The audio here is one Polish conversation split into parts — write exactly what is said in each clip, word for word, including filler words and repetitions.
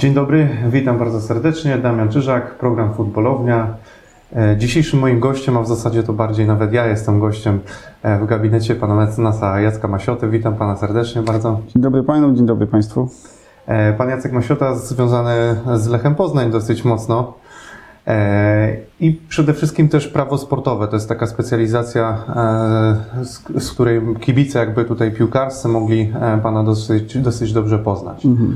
Dzień dobry, witam bardzo serdecznie. Damian Czyżak, program Futbolownia. Dzisiejszym moim gościem, a w zasadzie to bardziej nawet ja jestem gościem w gabinecie pana mecenasa Jacka Masioty. Witam pana serdecznie bardzo. Dzień dobry panu, dzień dobry państwu. Pan Jacek Masiota związany z Lechem Poznań dosyć mocno i przede wszystkim też prawo sportowe. To jest taka specjalizacja, z, z której kibice jakby tutaj piłkarscy mogli pana dosyć, dosyć dobrze poznać. Mhm.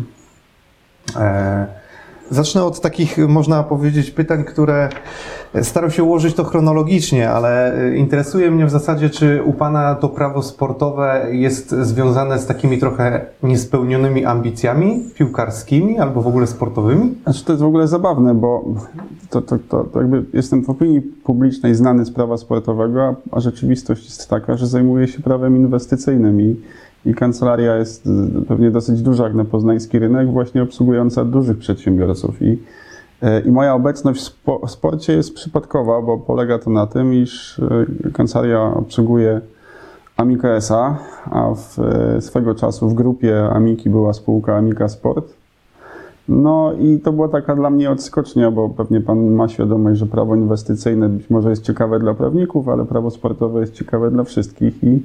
Zacznę od takich, można powiedzieć, pytań, które staram się ułożyć to chronologicznie, ale interesuje mnie w zasadzie, czy u pana to prawo sportowe jest związane z takimi trochę niespełnionymi ambicjami piłkarskimi albo w ogóle sportowymi? Znaczy to jest w ogóle zabawne, bo to, to, to, to jakby jestem w opinii publicznej znany z prawa sportowego, a rzeczywistość jest taka, że zajmuję się prawem inwestycyjnym i I kancelaria jest pewnie dosyć duża jak na poznański rynek, właśnie obsługująca dużych przedsiębiorców. I, i moja obecność w, spo, w sporcie jest przypadkowa, bo polega to na tym, iż kancelaria obsługuje Amica S A, a w, swego czasu w grupie Amiki była spółka Amica Sport. No i to była taka dla mnie odskocznia, bo pewnie pan ma świadomość, że prawo inwestycyjne być może jest ciekawe dla prawników, ale prawo sportowe jest ciekawe dla wszystkich. I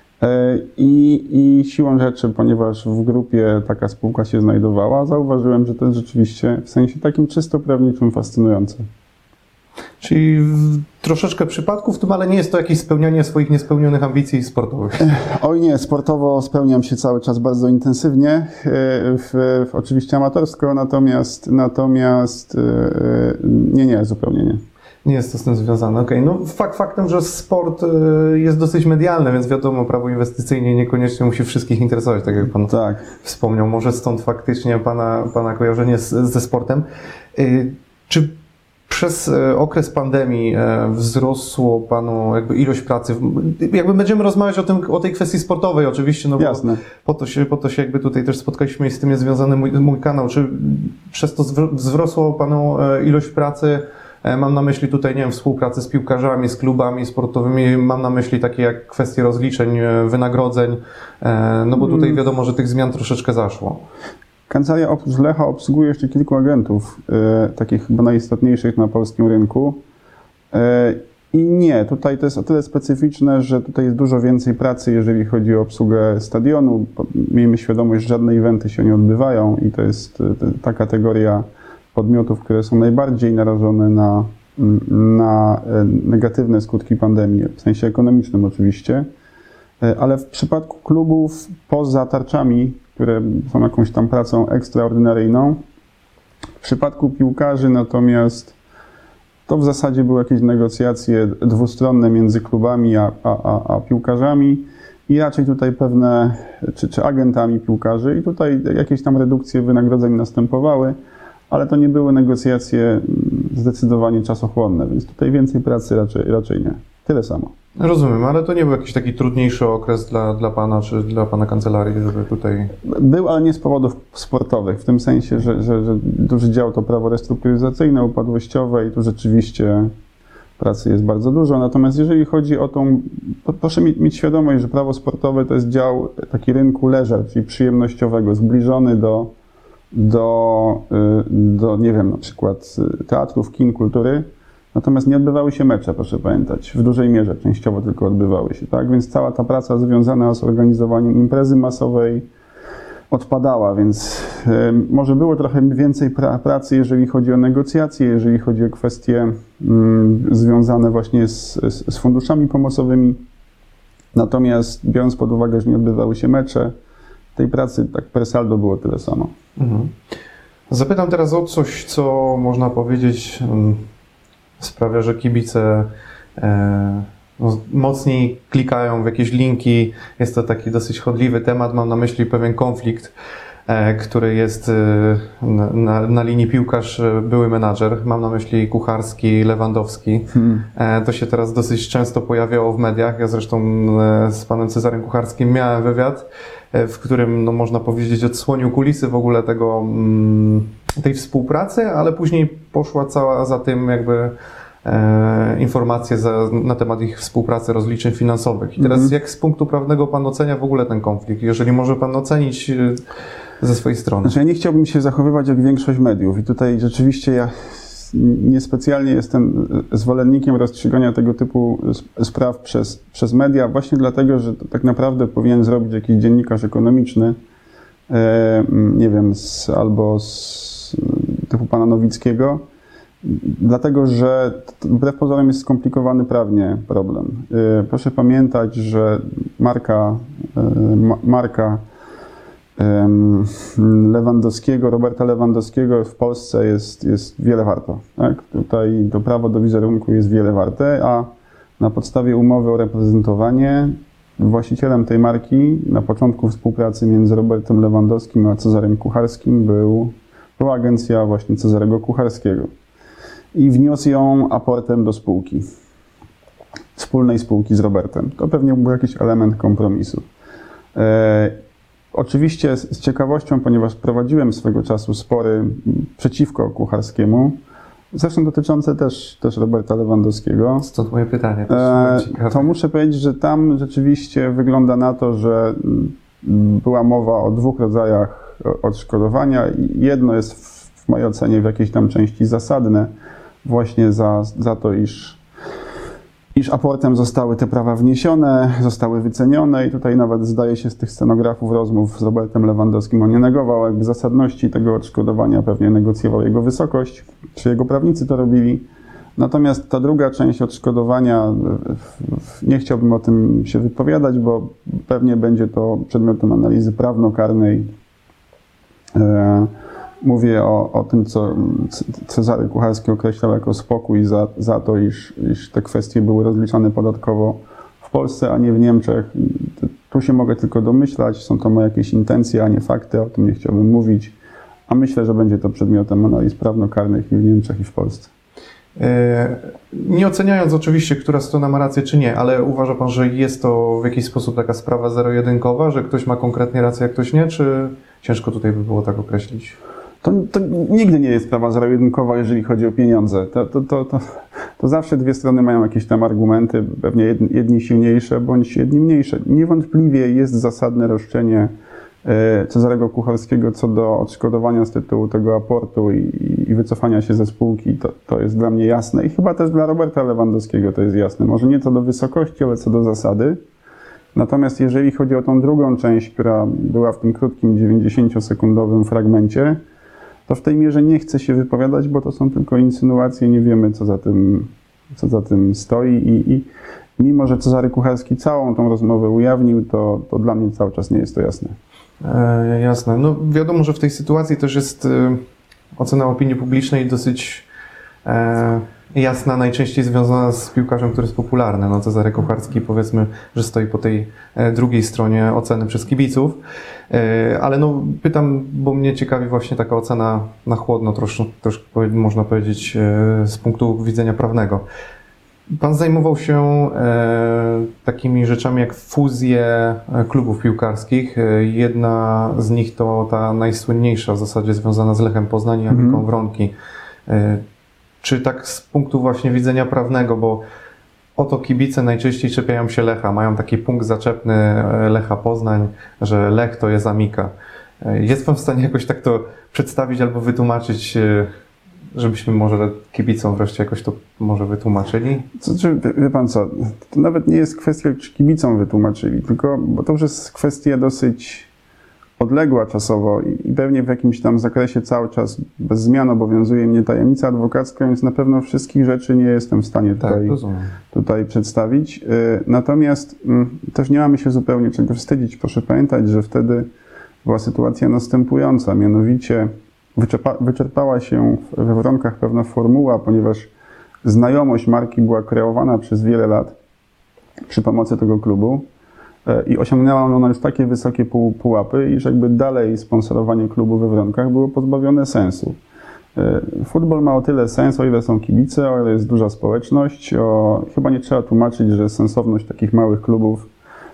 I, I siłą rzeczy, ponieważ w grupie taka spółka się znajdowała, zauważyłem, że to jest rzeczywiście w sensie takim czysto prawniczym fascynujące. Czyli troszeczkę przypadków w tym, ale nie jest to jakieś spełnianie swoich niespełnionych ambicji sportowych. Oj nie, sportowo spełniam się cały czas bardzo intensywnie, w, w, oczywiście amatorsko, natomiast, natomiast nie, nie, zupełnie nie. Nie jest to z tym związane. Okej, okay. No fakt faktem, że sport jest dosyć medialny, więc wiadomo, prawo inwestycyjne niekoniecznie musi wszystkich interesować, tak jak pan tak. wspomniał. Może stąd faktycznie pana, pana kojarzenie z, ze sportem. Czy przez okres pandemii wzrosło panu jakby ilość pracy? Jakby będziemy rozmawiać o tym, o tej kwestii sportowej oczywiście, no bo Jasne. Po to się, po to się jakby tutaj też spotkaliśmy i z tym jest związany mój, mój kanał. Czy przez to wzrosło panu ilość pracy? Mam na myśli tutaj, nie wiem, współpracę z piłkarzami, z klubami sportowymi, mam na myśli takie jak kwestie rozliczeń, wynagrodzeń, no bo tutaj wiadomo, że tych zmian troszeczkę zaszło. Kancelaria oprócz Lecha obsługuje jeszcze kilku agentów, e, takich chyba najistotniejszych na polskim rynku. E, I nie, tutaj to jest o tyle specyficzne, że tutaj jest dużo więcej pracy, jeżeli chodzi o obsługę stadionu. Miejmy świadomość, że żadne eventy się nie odbywają i to jest ta kategoria podmiotów, które są najbardziej narażone na, na negatywne skutki pandemii, w sensie ekonomicznym oczywiście, ale w przypadku klubów poza tarczami, które są jakąś tam pracą ekstraordynaryjną, w przypadku piłkarzy natomiast to w zasadzie były jakieś negocjacje dwustronne między klubami a, a, a piłkarzami i raczej tutaj pewne, czy, czy agentami piłkarzy i tutaj jakieś tam redukcje wynagrodzeń następowały, ale to nie były negocjacje zdecydowanie czasochłonne, więc tutaj więcej pracy raczej, raczej nie. Tyle samo. Rozumiem, ale to nie był jakiś taki trudniejszy okres dla, dla pana, czy dla pana kancelarii, żeby tutaj... Był, ale nie z powodów sportowych, w tym sensie, że, że, że duży dział to prawo restrukturyzacyjne, upadłościowe i tu rzeczywiście pracy jest bardzo dużo. Natomiast jeżeli chodzi o tą... To proszę mieć świadomość, że prawo sportowe to jest dział taki rynku leisure, czyli przyjemnościowego, zbliżony do Do, do, nie wiem, na przykład teatrów, kin, kultury, natomiast nie odbywały się mecze, proszę pamiętać, w dużej mierze, częściowo tylko odbywały się, tak? Więc cała ta praca związana z organizowaniem imprezy masowej odpadała, więc y, może było trochę więcej pra pracy, jeżeli chodzi o negocjacje, jeżeli chodzi o kwestie y, związane właśnie z, z, z funduszami pomocowymi, natomiast biorąc pod uwagę, że nie odbywały się mecze, tej pracy tak per saldo było tyle samo. Mhm. Zapytam teraz o coś, co można powiedzieć sprawia, że kibice e, no, mocniej klikają w jakieś linki. Jest to taki dosyć chodliwy temat. Mam na myśli pewien konflikt, e, który jest e, na, na linii piłkarz, były menadżer. Mam na myśli Kucharski, Lewandowski. Hmm. E, to się teraz dosyć często pojawiało w mediach. Ja zresztą e, z panem Cezarym Kucharskim miałem wywiad, w którym, no, można powiedzieć, odsłonił kulisy w ogóle tego, tej współpracy, ale później poszła cała za tym jakby e, informacje za, na temat ich współpracy, rozliczeń finansowych. I teraz mm-hmm. jak z punktu prawnego pan ocenia w ogóle ten konflikt? Jeżeli może pan ocenić ze swojej strony. Znaczy, ja nie chciałbym się zachowywać jak większość mediów i tutaj rzeczywiście ja niespecjalnie jestem zwolennikiem rozstrzygania tego typu spraw przez, przez media, właśnie dlatego, że tak naprawdę powinien zrobić jakiś dziennikarz ekonomiczny, e, nie wiem, z, albo z typu pana Nowickiego, dlatego, że wbrew pozorom jest skomplikowany prawnie problem. E, proszę pamiętać, że marka, e, ma, marka Lewandowskiego, Roberta Lewandowskiego w Polsce jest, jest wiele warto. Tak? Tutaj to prawo do wizerunku jest wiele warte, a na podstawie umowy o reprezentowanie właścicielem tej marki na początku współpracy między Robertem Lewandowskim a Cezarym Kucharskim był, była agencja właśnie Cezarego Kucharskiego i wniósł ją aportem do spółki, wspólnej spółki z Robertem. To pewnie był jakiś element kompromisu. Oczywiście z ciekawością, ponieważ prowadziłem swego czasu spory przeciwko Kucharskiemu, zresztą dotyczące też, też Roberta Lewandowskiego. Stąd moje pytanie. E, to muszę powiedzieć, że tam rzeczywiście wygląda na to, że była mowa o dwóch rodzajach odszkodowania. Jedno jest w, w mojej ocenie w jakiejś tam części zasadne, właśnie za, za to, iż iż aportem zostały te prawa wniesione, zostały wycenione i tutaj nawet zdaje się z tych scenografów rozmów z Robertem Lewandowskim, on nie negował jakby zasadności tego odszkodowania, pewnie negocjował jego wysokość, czy jego prawnicy to robili. Natomiast ta druga część odszkodowania, nie chciałbym o tym się wypowiadać, bo pewnie będzie to przedmiotem analizy prawnokarnej. Mówię o, o tym, co Cezary Kucharski określał jako spokój za, za to, iż, iż te kwestie były rozliczane podatkowo w Polsce, a nie w Niemczech. Tu się mogę tylko domyślać, są to moje jakieś intencje, a nie fakty, o tym nie chciałbym mówić, a myślę, że będzie to przedmiotem analiz prawnokarnych i w Niemczech, i w Polsce. Nie oceniając oczywiście, która strona ma rację czy nie, ale uważa Pan, że jest to w jakiś sposób taka sprawa zero-jedynkowa, że ktoś ma konkretnie rację, a ktoś nie, czy ciężko tutaj by było tak określić? To, to nigdy nie jest sprawa zero-jedynkowa, jeżeli chodzi o pieniądze. To, to, to, to, to zawsze dwie strony mają jakieś tam argumenty, pewnie jedni, jedni silniejsze, bądź jedni mniejsze. Niewątpliwie jest zasadne roszczenie Cezarego Kucharskiego co do odszkodowania z tytułu tego aportu i, i wycofania się ze spółki. To, to jest dla mnie jasne i chyba też dla Roberta Lewandowskiego to jest jasne. Może nie co do wysokości, ale co do zasady. Natomiast jeżeli chodzi o tą drugą część, która była w tym krótkim dziewięćdziesięciosekundowym fragmencie, to w tej mierze nie chcę się wypowiadać, bo to są tylko insynuacje, nie wiemy, co za tym, co za tym stoi i, i mimo, że Cezary Kucharski całą tą rozmowę ujawnił, to, to dla mnie cały czas nie jest to jasne. E, jasne. No wiadomo, że w tej sytuacji też jest e, ocena opinii publicznej dosyć e, jasna, najczęściej związana z piłkarzem, który jest popularny. No Cezary Kucharski, powiedzmy, że stoi po tej e, drugiej stronie oceny przez kibiców. Ale no, pytam, bo mnie ciekawi właśnie taka ocena na chłodno, troszkę, troszkę można powiedzieć z punktu widzenia prawnego. Pan zajmował się e, takimi rzeczami jak fuzje klubów piłkarskich. Jedna z nich to ta najsłynniejsza w zasadzie związana z Lechem Poznań i Amiką mm-hmm. Wronki. E, czy tak z punktu właśnie widzenia prawnego, bo oto kibice najczęściej czepiają się Lecha, mają taki punkt zaczepny Lecha Poznań, że Lech to jest Amika. Jest Pan w stanie jakoś tak to przedstawić albo wytłumaczyć, żebyśmy może kibicom wreszcie jakoś to może wytłumaczyli? Znaczy, wie Pan co, to nawet nie jest kwestia, czy kibicom wytłumaczyli, tylko, bo to już jest kwestia dosyć odległa czasowo i pewnie w jakimś tam zakresie cały czas bez zmian obowiązuje mnie tajemnica adwokacka, więc na pewno wszystkich rzeczy nie jestem w stanie tutaj, tak, tutaj przedstawić. Natomiast też nie mamy się zupełnie czego wstydzić. Proszę pamiętać, że wtedy była sytuacja następująca, mianowicie wyczerpa, wyczerpała się we Wronkach pewna formuła, ponieważ znajomość marki była kreowana przez wiele lat przy pomocy tego klubu. I osiągnęła ona już takie wysokie pułapy, iż jakby dalej sponsorowanie klubu we Wronkach było pozbawione sensu. Futbol ma o tyle sens, o ile są kibice, o ile jest duża społeczność. O, chyba nie trzeba tłumaczyć, że sensowność takich małych klubów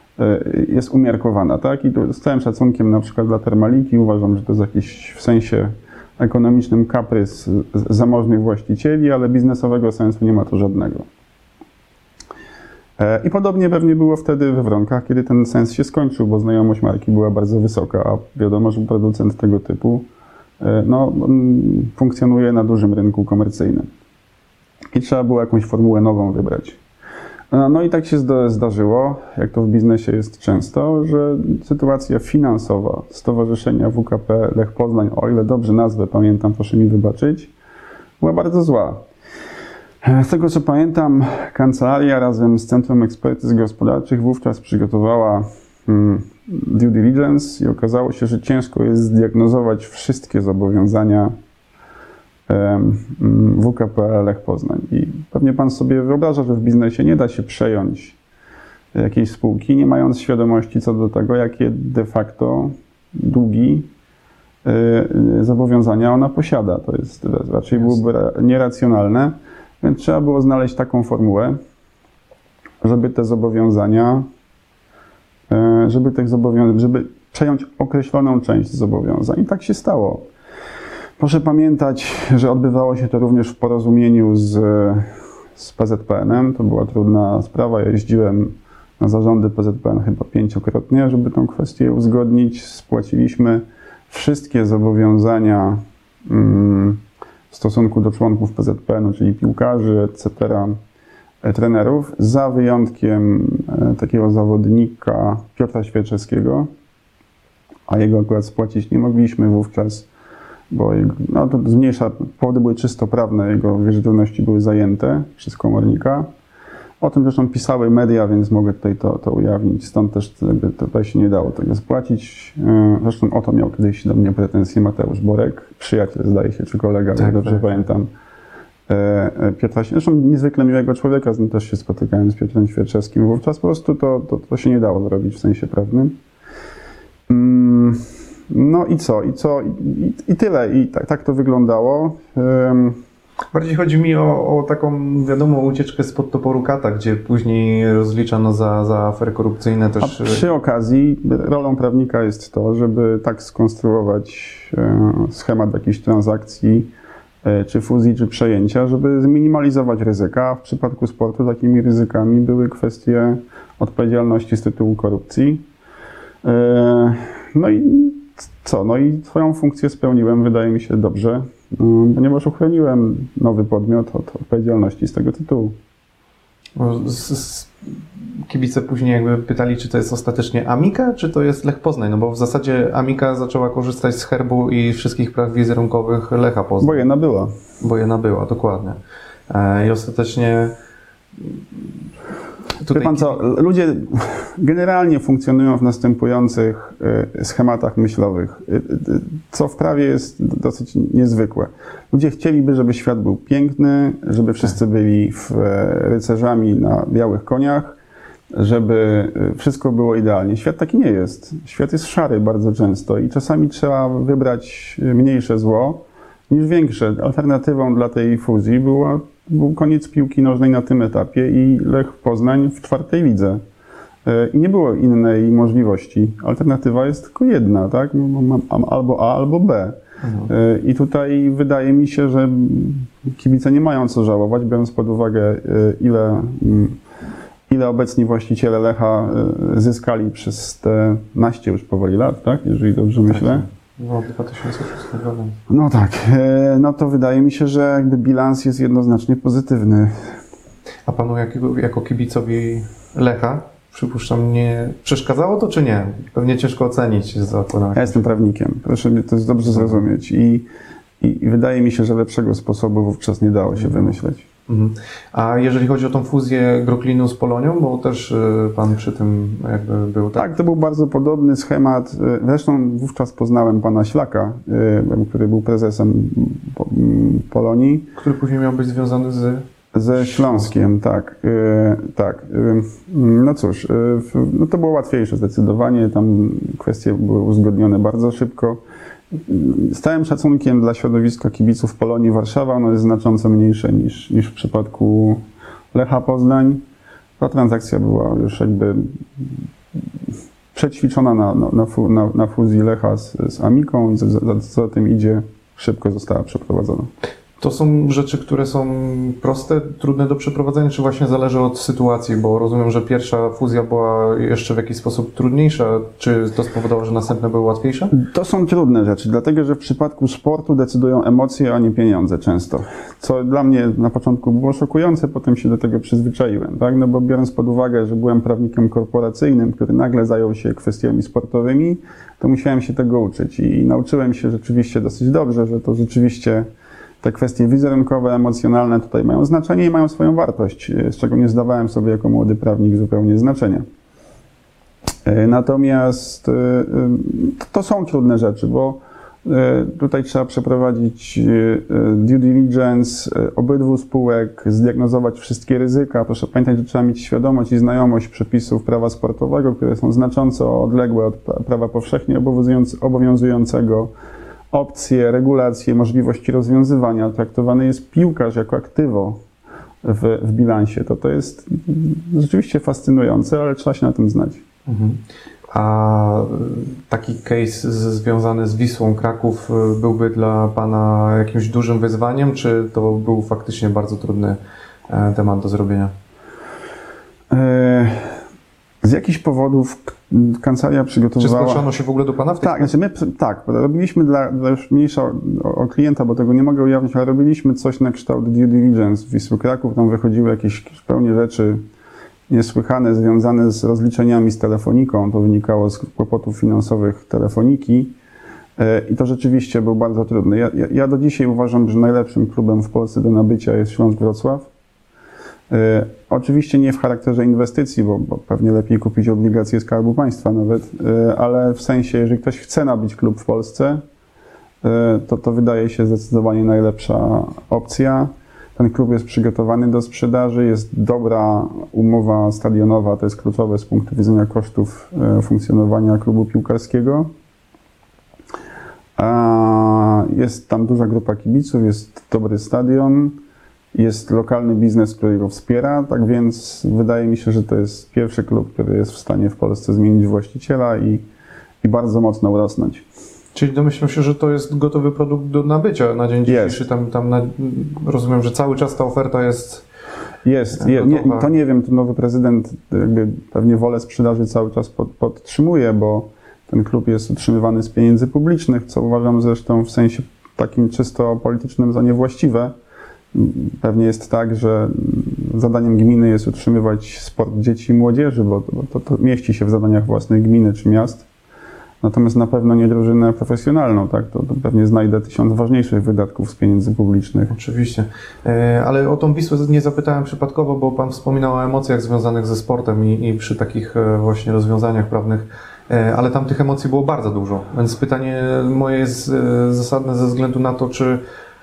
jest umiarkowana, tak? I tu z całym szacunkiem na przykład dla Termaliki uważam, że to jest jakiś w sensie ekonomicznym kaprys zamożnych właścicieli, ale biznesowego sensu nie ma to żadnego. I podobnie pewnie było wtedy we Wronkach, kiedy ten sens się skończył, bo znajomość marki była bardzo wysoka, a wiadomo, że producent tego typu no, funkcjonuje na dużym rynku komercyjnym. I trzeba było jakąś formułę nową wybrać. No i tak się zdarzyło, jak to w biznesie jest często, że sytuacja finansowa Stowarzyszenia W K P Lech Poznań, o ile dobrze nazwę pamiętam, proszę mi wybaczyć, była bardzo zła. Z tego co pamiętam, kancelaria razem z Centrum Ekspertyz Gospodarczych wówczas przygotowała hmm, due diligence i okazało się, że ciężko jest zdiagnozować wszystkie zobowiązania W K P Lech Poznań. I pewnie Pan sobie wyobraża, że w biznesie nie da się przejąć jakiejś spółki, nie mając świadomości co do tego, jakie de facto długi, zobowiązania ona posiada. To jest raczej byłoby nieracjonalne, więc trzeba było znaleźć taką formułę, żeby te zobowiązania, żeby tych zobowiązań, żeby przejąć określoną część zobowiązań. I tak się stało. Proszę pamiętać, że odbywało się to również w porozumieniu z, z P Z P N-em. To była trudna sprawa. Ja jeździłem na zarządy P Z P N chyba pięciokrotnie, żeby tę kwestię uzgodnić. Spłaciliśmy wszystkie zobowiązania mm, w stosunku do członków P Z P N-u, czyli piłkarzy, et cetera, trenerów, za wyjątkiem takiego zawodnika Piotra Świerczewskiego, a jego akurat spłacić nie mogliśmy wówczas, bo jego, no to zmniejsza, powody były czysto prawne, jego wierzytelności były zajęte przez komornika. O tym zresztą pisały media, więc mogę tutaj to, to ujawnić, stąd też jakby tutaj się nie dało tego spłacić. Zresztą o to miał kiedyś do mnie pretensje Mateusz Borek, przyjaciel zdaje się, czy kolega, tak, jak dobrze tak. pamiętam. Piotra, zresztą niezwykle miłego człowieka, z nim też się spotykałem z Piotrem Świerczewskim. Wówczas po prostu to, to, to się nie dało zrobić w sensie prawnym. No i co? I co? I, i tyle. I tak, tak to wyglądało. Bardziej chodzi mi o, o taką wiadomą ucieczkę spod toporu kata, gdzie później rozliczano za, za afery korupcyjne też. A przy okazji rolą prawnika jest to, żeby tak skonstruować schemat jakiejś transakcji, czy fuzji, czy przejęcia, żeby zminimalizować ryzyka. W przypadku sportu takimi ryzykami były kwestie odpowiedzialności z tytułu korupcji. No i co? No i swoją funkcję spełniłem, wydaje mi się, dobrze, ponieważ uchroniłem nowy podmiot od odpowiedzialności z tego tytułu. Kibice później jakby pytali, czy to jest ostatecznie Amika, czy to jest Lech Poznań, no bo w zasadzie Amika zaczęła korzystać z herbu i wszystkich praw wizerunkowych Lecha Poznań. Bo je nabyła. Bo je nabyła, dokładnie. I ostatecznie... Tutaj... Wie pan co, ludzie generalnie funkcjonują w następujących schematach myślowych, co w prawie jest dosyć niezwykłe. Ludzie chcieliby, żeby świat był piękny, żeby wszyscy byli rycerzami na białych koniach, żeby wszystko było idealnie. Świat taki nie jest. Świat jest szary bardzo często i czasami trzeba wybrać mniejsze zło niż większe. Alternatywą dla tej fuzji była Był koniec piłki nożnej na tym etapie i Lech Poznań w czwartej lidze. I nie było innej możliwości. Alternatywa jest tylko jedna, tak? Albo A, albo B. Mhm. I tutaj wydaje mi się, że kibice nie mają co żałować, biorąc pod uwagę, ile, ile obecni właściciele Lecha zyskali przez te naście już powoli lat, tak? Jeżeli dobrze myślę. No, dwa tysiące szósty rok. No tak, no to wydaje mi się, że jakby bilans jest jednoznacznie pozytywny. A panu jako, jako kibicowi Lecha, przypuszczam, nie przeszkadzało to, czy nie? Pewnie ciężko ocenić. Za to. Ja jestem prawnikiem, proszę mnie to jest dobrze zrozumieć i, i, i wydaje mi się, że lepszego sposobu wówczas nie dało się mhm. wymyśleć. Mhm. A jeżeli chodzi o tą fuzję Groklinu z Polonią, bo też pan przy tym jakby był, tak? Tak, to był bardzo podobny schemat. Zresztą wówczas poznałem pana Ślaka, który był prezesem Polonii. Który później miał być związany z... Ze Śląskiem, tak, tak. No cóż, no to było łatwiejsze zdecydowanie, tam kwestie były uzgodnione bardzo szybko. Z całym szacunkiem dla środowiska kibiców Polonii Warszawa, ono jest znacząco mniejsze niż, niż w przypadku Lecha Poznań. Ta transakcja była już jakby przećwiczona na, na, na, na fuzji Lecha z, z Amiką i za, za, za tym idzie, szybko została przeprowadzona. To są rzeczy, które są proste, trudne do przeprowadzenia, czy właśnie zależy od sytuacji? Bo rozumiem, że pierwsza fuzja była jeszcze w jakiś sposób trudniejsza. Czy to spowodowało, że następne były łatwiejsze? To są trudne rzeczy, dlatego że w przypadku sportu decydują emocje, a nie pieniądze często. Co dla mnie na początku było szokujące, potem się do tego przyzwyczaiłem. Tak? No bo biorąc pod uwagę, że byłem prawnikiem korporacyjnym, który nagle zajął się kwestiami sportowymi, to musiałem się tego uczyć i nauczyłem się rzeczywiście dosyć dobrze, że to rzeczywiście te kwestie wizerunkowe, emocjonalne tutaj mają znaczenie i mają swoją wartość, z czego nie zdawałem sobie jako młody prawnik zupełnie znaczenia. Natomiast to są trudne rzeczy, bo tutaj trzeba przeprowadzić due diligence obydwu spółek, zdiagnozować wszystkie ryzyka. Proszę pamiętać, że trzeba mieć świadomość i znajomość przepisów prawa sportowego, które są znacząco odległe od prawa powszechnie obowiązującego. Opcje, regulacje, możliwości rozwiązywania. Traktowany jest piłkarz jako aktywo w, w bilansie. To, to jest rzeczywiście fascynujące, ale trzeba się na tym znać. Mhm. A taki case związany z Wisłą Kraków byłby dla Pana jakimś dużym wyzwaniem, czy to był faktycznie bardzo trudny temat do zrobienia? E Z jakichś powodów kancelaria przygotowywała... Czy zgłaszano się w ogóle do Pana w tej Tak, znaczy my, tak, robiliśmy dla, dla już mniejsza o, o klienta, bo tego nie mogę ujawnić, ale robiliśmy coś na kształt due diligence w Wisły Kraków. Tam wychodziły jakieś zupełnie rzeczy niesłychane, związane z rozliczeniami z telefoniką. To wynikało z kłopotów finansowych telefoniki i to rzeczywiście był bardzo trudny. Ja, ja, ja do dzisiaj uważam, że najlepszym klubem w Polsce do nabycia jest Śląsk Wrocław. E, oczywiście nie w charakterze inwestycji, bo, bo pewnie lepiej kupić obligacje Skarbu Państwa nawet, e, ale w sensie, jeżeli ktoś chce nabyć klub w Polsce, e, to to wydaje się zdecydowanie najlepsza opcja. Ten klub jest przygotowany do sprzedaży, jest dobra umowa stadionowa, to jest kluczowe z punktu widzenia kosztów e, funkcjonowania klubu piłkarskiego. A jest tam duża grupa kibiców, jest dobry stadion. Jest lokalny biznes, który go wspiera, tak więc wydaje mi się, że to jest pierwszy klub, który jest w stanie w Polsce zmienić właściciela i, i bardzo mocno urosnąć. Czyli domyślam się, że to jest gotowy produkt do nabycia na dzień dzisiejszy. Tam, tam na, rozumiem, że cały czas ta oferta jest Jest. Je, nie, to nie wiem, to nowy prezydent jakby pewnie wolę sprzedaży cały czas pod, podtrzymuje, bo ten klub jest utrzymywany z pieniędzy publicznych, co uważam zresztą w sensie takim czysto politycznym za niewłaściwe. Pewnie jest tak, że zadaniem gminy jest utrzymywać sport dzieci i młodzieży, bo to, to mieści się w zadaniach własnych gminy czy miast. Natomiast na pewno nie drużynę profesjonalną, tak? To, to pewnie znajdę tysiąc ważniejszych wydatków z pieniędzy publicznych. Oczywiście. Ale o tą Wisłę nie zapytałem przypadkowo, bo Pan wspominał o emocjach związanych ze sportem i, i przy takich właśnie rozwiązaniach prawnych, ale tam tych emocji było bardzo dużo. Więc pytanie moje jest zasadne ze względu na to, czy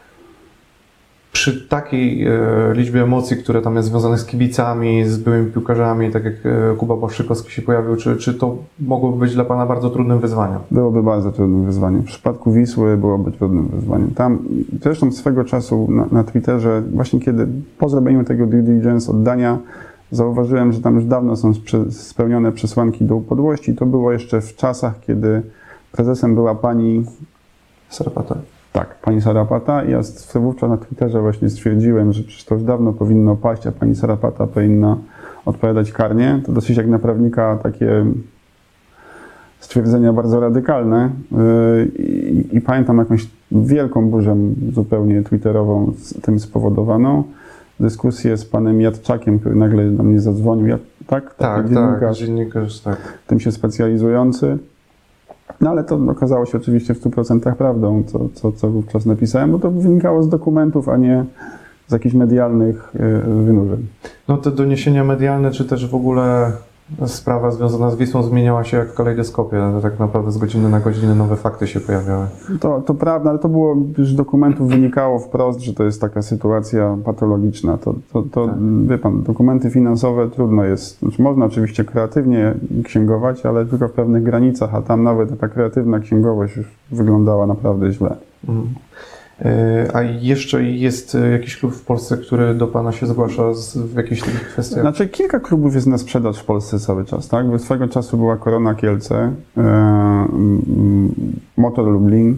przy takiej e, liczbie emocji, które tam jest związanych z kibicami, z byłymi piłkarzami, tak jak e, Kuba Błaszczykowski się pojawił, czy, czy to mogłoby być dla Pana bardzo trudnym wyzwaniem? Byłoby bardzo trudnym wyzwaniem. W przypadku Wisły byłoby trudnym wyzwaniem. Tam zresztą swego czasu na, na Twitterze, właśnie kiedy po zrobieniu tego due diligence oddania, zauważyłem, że tam już dawno są spełnione przesłanki do upadłości. To było jeszcze w czasach, kiedy prezesem była pani Sarapata. Tak, pani Sarapata. Ja wówczas na Twitterze właśnie stwierdziłem, że przecież to już dawno powinno paść, a pani Sarapata powinna odpowiadać karnie. To dosyć jak na prawnika takie stwierdzenia bardzo radykalne. I, i pamiętam jakąś wielką burzę zupełnie twitterową z tym spowodowaną. Dyskusję z panem Jadczakiem, który nagle do mnie zadzwonił. Ja, tak? Tak, dziennikarz, tak, dziennikarz, tak. Tym się specjalizujący. No ale to okazało się oczywiście w stu procentach prawdą, co, co, co wówczas napisałem, bo to wynikało z dokumentów, a nie z jakichś medialnych wynurzeń. No te doniesienia medialne, czy też w ogóle sprawa związana z Wisłą zmieniała się jak w kalejdoskopie. Tak naprawdę z godziny na godzinę nowe fakty się pojawiały. To, to prawda, ale to było, już z dokumentów wynikało wprost, że to jest taka sytuacja patologiczna. To, to, to tak. Wie pan, dokumenty finansowe trudno jest, znaczy można oczywiście kreatywnie księgować, ale tylko w pewnych granicach, a tam nawet ta kreatywna księgowość już wyglądała naprawdę źle. Mhm. A jeszcze jest jakiś klub w Polsce, który do Pana się zgłasza z, w jakichś takich kwestiach? Znaczy kilka klubów jest na sprzedaż w Polsce cały czas, tak? Swego czasu była Korona Kielce, e, Motor Lublin,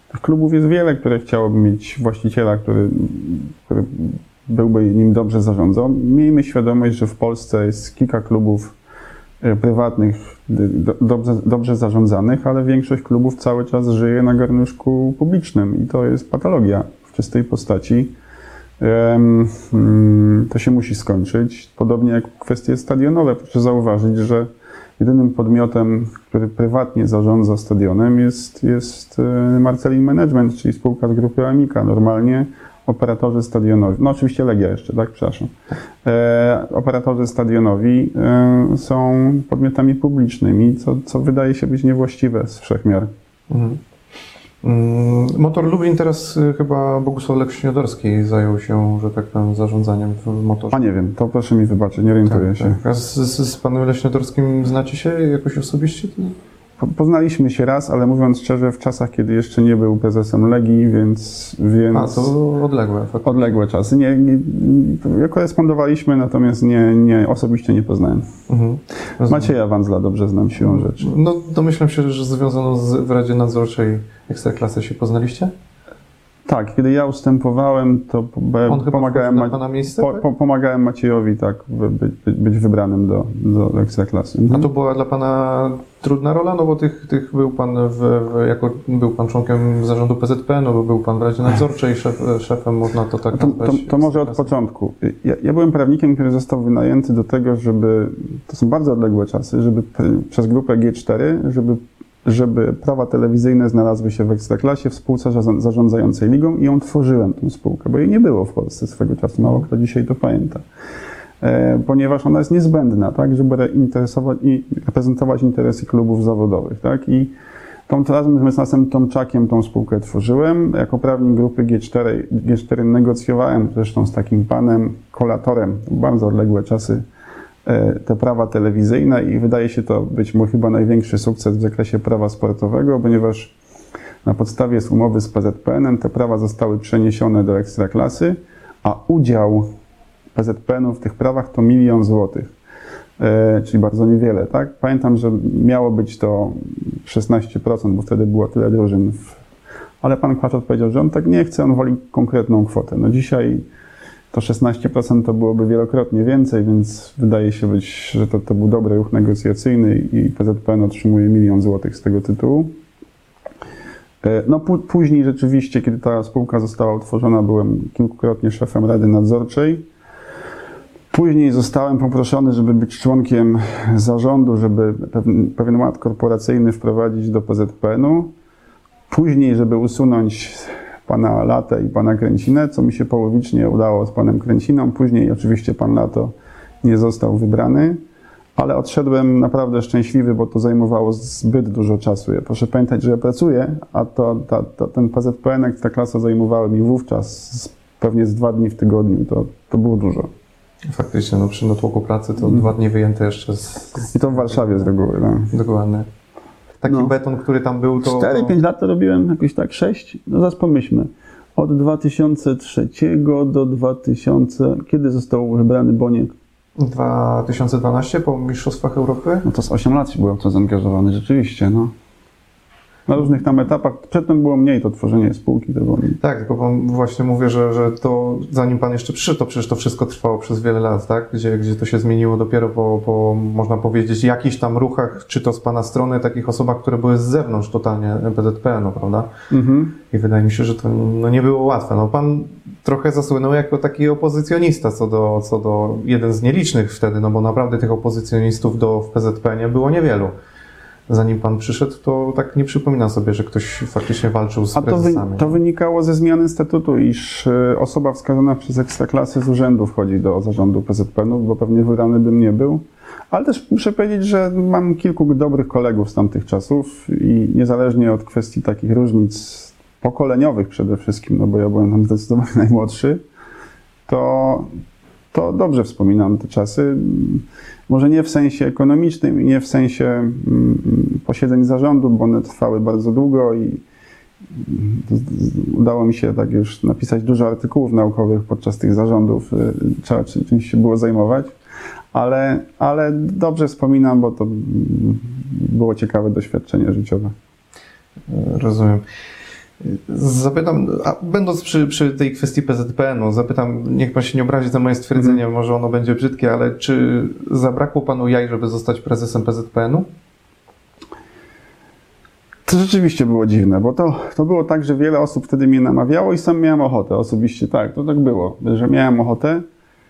Tych klubów jest wiele, które chciałoby mieć właściciela, który, który byłby nim dobrze zarządzał. Miejmy świadomość, że w Polsce jest kilka klubów prywatnych, dobrze, dobrze zarządzanych, ale większość klubów cały czas żyje na garnuszku publicznym i to jest patologia w czystej postaci. To się musi skończyć. Podobnie jak kwestie stadionowe. Proszę zauważyć, że jedynym podmiotem, który prywatnie zarządza stadionem jest, jest Marcelin Management, czyli spółka z grupy Amika. Normalnie operatorzy stadionowi, no oczywiście Legia jeszcze, tak, przepraszam. E, operatorzy stadionowi e, są podmiotami publicznymi, co, co wydaje się być niewłaściwe z wszechmiar. Mhm. Motor Lublin teraz chyba Bogusław Lekśniodorski zajął się, że tak powiem, zarządzaniem w motorze. A nie wiem, to proszę mi wybaczyć, nie orientuję tak, się. Tak. A z, z, z panem Leśniodorskim znacie się jakoś osobiście? Po, poznaliśmy się raz, ale mówiąc szczerze, w czasach, kiedy jeszcze nie był prezesem Legii, więc... więc... A, to odległe. Faktycznie. Odległe czasy. Nie, nie, nie, korespondowaliśmy, natomiast nie, nie, osobiście nie poznałem. Mhm. Macieja Wandzla dobrze znam siłą rzeczy. No domyślam się, że związaną z, w Radzie Nadzorczej Ekstraklasy się poznaliście? Tak, kiedy ja ustępowałem, to On pomagałem, chyba na pana miejsce, po, tak? po, pomagałem Maciejowi tak, być, być wybranym do, do Ekstraklasy. Mhm. A to była dla pana trudna rola? No bo tych, tych był pan w, w, jako był pan członkiem zarządu P Z P N, no był pan w Radzie Nadzorczej, szef, szefem, można to tak to, nazwać. To, to może od początku. Ja, ja byłem prawnikiem, który został wynajęty do tego, żeby, to są bardzo odległe czasy, żeby przez grupę G cztery, żeby żeby prawa telewizyjne znalazły się w Ekstraklasie w spółce zarządzającej ligą i ją tworzyłem, tę spółkę, bo jej nie było w Polsce swego czasu, mało kto dzisiaj to pamięta. E, ponieważ ona jest niezbędna, tak, żeby interesować i reprezentować interesy klubów zawodowych, tak, i tą, razem z Mecenatem Tomczakiem tą spółkę tworzyłem. Jako prawnik grupy G cztery, G cztery negocjowałem zresztą z takim panem Kolatorem, bardzo odległe czasy, te prawa telewizyjne i wydaje się to być mój chyba największy sukces w zakresie prawa sportowego, ponieważ na podstawie z umowy z P Z P N-em te prawa zostały przeniesione do Ekstraklasy, a udział P Z P N-u w tych prawach to milion złotych, e, czyli bardzo niewiele, tak? Pamiętam, że miało być to szesnaście procent, bo wtedy było tyle drużyn, w... ale pan Kłaczot powiedział, że on tak nie chce, on woli konkretną kwotę. No dzisiaj to szesnaście procent to byłoby wielokrotnie więcej, więc wydaje się być, że to, to był dobry ruch negocjacyjny i P Z P N otrzymuje milion złotych z tego tytułu. No później rzeczywiście, kiedy ta spółka została utworzona, byłem kilkukrotnie szefem Rady Nadzorczej. Później zostałem poproszony, żeby być członkiem zarządu, żeby pewien, pewien ład korporacyjny wprowadzić do P Z P N-u. Później, żeby usunąć pana Latę i pana Kręcinę, co mi się połowicznie udało z panem Kręciną. Później oczywiście pan Lato nie został wybrany, ale odszedłem naprawdę szczęśliwy, bo to zajmowało zbyt dużo czasu. Ja proszę pamiętać, że ja pracuję, a to, ta, ta, ten P Z P N, ta klasa zajmowała mi wówczas z, pewnie z dwa dni w tygodniu. To, to było dużo. Faktycznie, no przy natłoku pracy to mm. dwa dni wyjęte jeszcze z... z... I to w Warszawie z reguły. No. Dokładnie. Taki no. beton, który tam był, to... cztery pięć lat to robiłem, jakoś tak sześć. No zaraz pomyślmy. Od dwa tysiące trzeciego do dwa tysiące... Kiedy został wybrany Boniek? dwa tysiące dwanaście po Mistrzostwach Europy? No to z osiem lat byłem w to zaangażowany, rzeczywiście, no. Na różnych tam etapach. Przedtem było mniej to tworzenie spółki. To było mniej. Tak, tylko pan właśnie mówię, że, że to zanim pan jeszcze przyszedł, to przecież to wszystko trwało przez wiele lat, tak? Gdzie, gdzie to się zmieniło dopiero po, po, można powiedzieć, jakichś tam ruchach, czy to z pana strony, takich osobach, które były z zewnątrz totalnie P Z P N-u, prawda? Mhm. I wydaje mi się, że to no, nie było łatwe. No, pan trochę zasłynął jako taki opozycjonista, co do, co do jeden z nielicznych wtedy, no bo naprawdę tych opozycjonistów do, w P Z P N-ie było niewielu. Zanim pan przyszedł, to tak nie przypominam sobie, że ktoś faktycznie walczył z A prezesami. To, wy, to wynikało ze zmiany statutu, iż osoba wskazana przez Ekstraklasy z urzędu wchodzi do zarządu P Z P N-u, bo pewnie wybrany bym nie był. Ale też muszę powiedzieć, że mam kilku dobrych kolegów z tamtych czasów i niezależnie od kwestii takich różnic pokoleniowych przede wszystkim, no bo ja byłem tam zdecydowanie najmłodszy, to, to dobrze wspominam te czasy. Może nie w sensie ekonomicznym i nie w sensie mm, posiedzeń zarządu, bo one trwały bardzo długo i udało mi się tak już napisać dużo artykułów naukowych podczas tych zarządów. Trzeba czymś się było zajmować, ale, ale dobrze wspominam, bo to było ciekawe doświadczenie życiowe. Rozumiem. Zapytam, a będąc przy, przy tej kwestii P Z P N-u, zapytam, niech pan się nie obrazi za moje stwierdzenie, mm. może ono będzie brzydkie, ale czy zabrakło panu jaj, żeby zostać prezesem P Z P N-u? To rzeczywiście było dziwne, bo to, to było tak, że wiele osób wtedy mnie namawiało i sam miałem ochotę. Osobiście tak, to tak było, że miałem ochotę,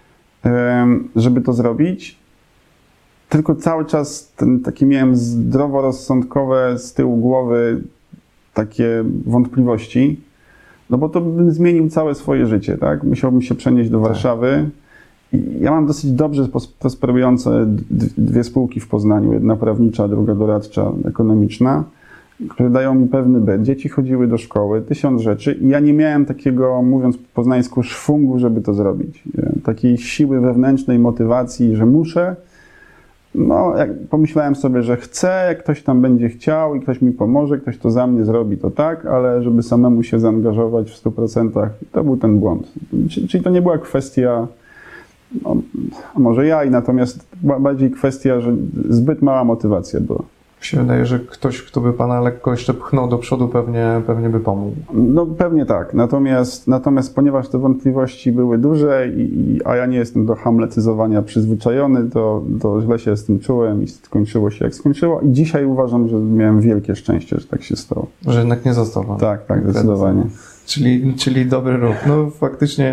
żeby to zrobić. Tylko cały czas ten, taki miałem zdroworozsądkowe z tyłu głowy takie wątpliwości, no bo to bym zmienił całe swoje życie, tak? Musiałbym się przenieść do Warszawy. I ja mam dosyć dobrze prosperujące dwie spółki w Poznaniu, jedna prawnicza, druga doradcza, ekonomiczna, które dają mi pewny byt. Dzieci chodziły do szkoły, tysiąc rzeczy i ja nie miałem takiego, mówiąc po poznańsku, szwungu, żeby to zrobić. Takiej siły wewnętrznej, motywacji, że muszę. No, jak pomyślałem sobie, że chcę, jak ktoś tam będzie chciał i ktoś mi pomoże, ktoś to za mnie zrobi, to tak, ale żeby samemu się zaangażować w stu procentach, to był ten błąd. Czyli to nie była kwestia, no, może ja, i natomiast była bardziej kwestia, że zbyt mała motywacja była. Mi się wydaje, że ktoś, kto by pana lekko jeszcze pchnął do przodu, pewnie, pewnie by pomógł. No pewnie tak, natomiast, natomiast ponieważ te wątpliwości były duże, i, a ja nie jestem do hamletyzowania przyzwyczajony, to, to źle się z tym czułem i skończyło się jak skończyło. I dzisiaj uważam, że miałem wielkie szczęście, że tak się stało. Że jednak nie został pan. Tak, tak, zdecydowanie. Czyli, czyli dobry ruch. No faktycznie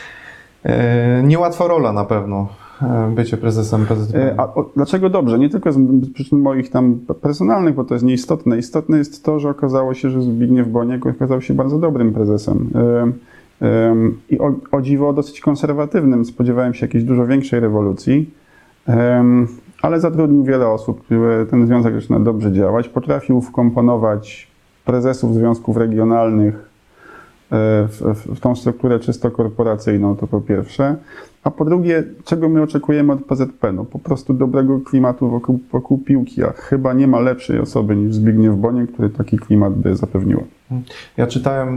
e, niełatwa rola na pewno. Bycie prezesem P Z P N. A o, dlaczego dobrze? Nie tylko z przyczyn moich tam personalnych, bo to jest nieistotne. Istotne jest to, że okazało się, że Zbigniew Boniek okazał się bardzo dobrym prezesem. Yy, yy, I o, o dziwo dosyć konserwatywnym. Spodziewałem się jakiejś dużo większej rewolucji, yy, ale zatrudnił wiele osób. Ten związek zaczyna dobrze działać. Potrafił wkomponować prezesów związków regionalnych W, w, w tą strukturę czysto korporacyjną, to po pierwsze. A po drugie, czego my oczekujemy od P Z P N-u? Po prostu dobrego klimatu wokół, wokół piłki, a chyba nie ma lepszej osoby niż Zbigniew Boniek, który taki klimat by zapewnił. Ja czytałem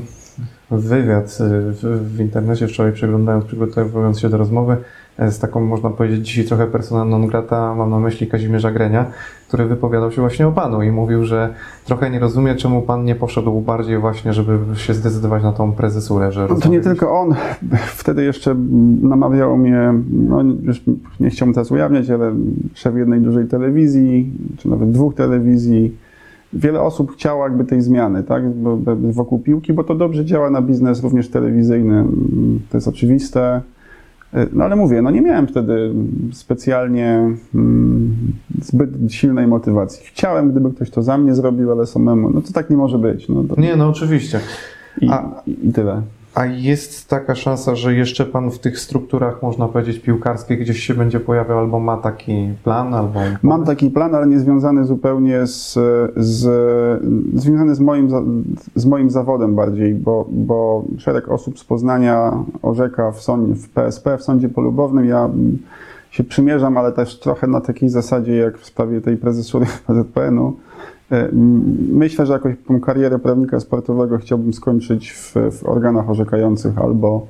wywiad w, w internecie wczoraj, przeglądając, przygotowując się do rozmowy, z taką, można powiedzieć, dzisiaj trochę persona non grata, mam na myśli Kazimierza Grenia, który wypowiadał się właśnie o panu i mówił, że trochę nie rozumie, czemu pan nie poszedł bardziej właśnie, żeby się zdecydować na tą prezesurę. Że no to nie tylko on. Wtedy jeszcze namawiał mnie, no już nie chciałbym teraz ujawniać, ale szef jednej dużej telewizji, czy nawet dwóch telewizji. Wiele osób chciało jakby tej zmiany, tak, wokół piłki, bo to dobrze działa na biznes również telewizyjny. To jest oczywiste. No ale mówię, no nie miałem wtedy specjalnie mm, zbyt silnej motywacji. Chciałem, gdyby ktoś to za mnie zrobił, ale samemu, no to tak nie może być. No to... Nie, no oczywiście. I, a, i, I tyle. A jest taka szansa, że jeszcze pan w tych strukturach, można powiedzieć, piłkarskich gdzieś się będzie pojawiał, albo ma taki plan, albo... Mam taki plan, ale nie związany zupełnie z... z związany z moim, z moim zawodem bardziej, bo, bo szereg osób z Poznania orzeka w, sądzie, w P S P, w sądzie polubownym. Ja się przymierzam, ale też trochę na takiej zasadzie, jak w sprawie tej prezesury P Z P N-u. Myślę, że jakąś tą karierę prawnika sportowego chciałbym skończyć w, w organach orzekających albo,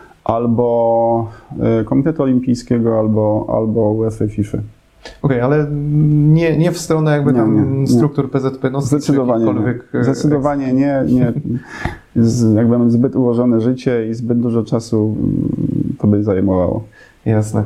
albo Komitetu Olimpijskiego, albo, albo UEFA, FIFA. Okej, okay, ale nie, nie w stronę jakby nie, tam nie, struktur nie. P Z P N. Zdecydowanie nie. Zdecydowanie nie. nie. Z, jakby mam zbyt ułożone życie i zbyt dużo czasu to by zajmowało. Jasne.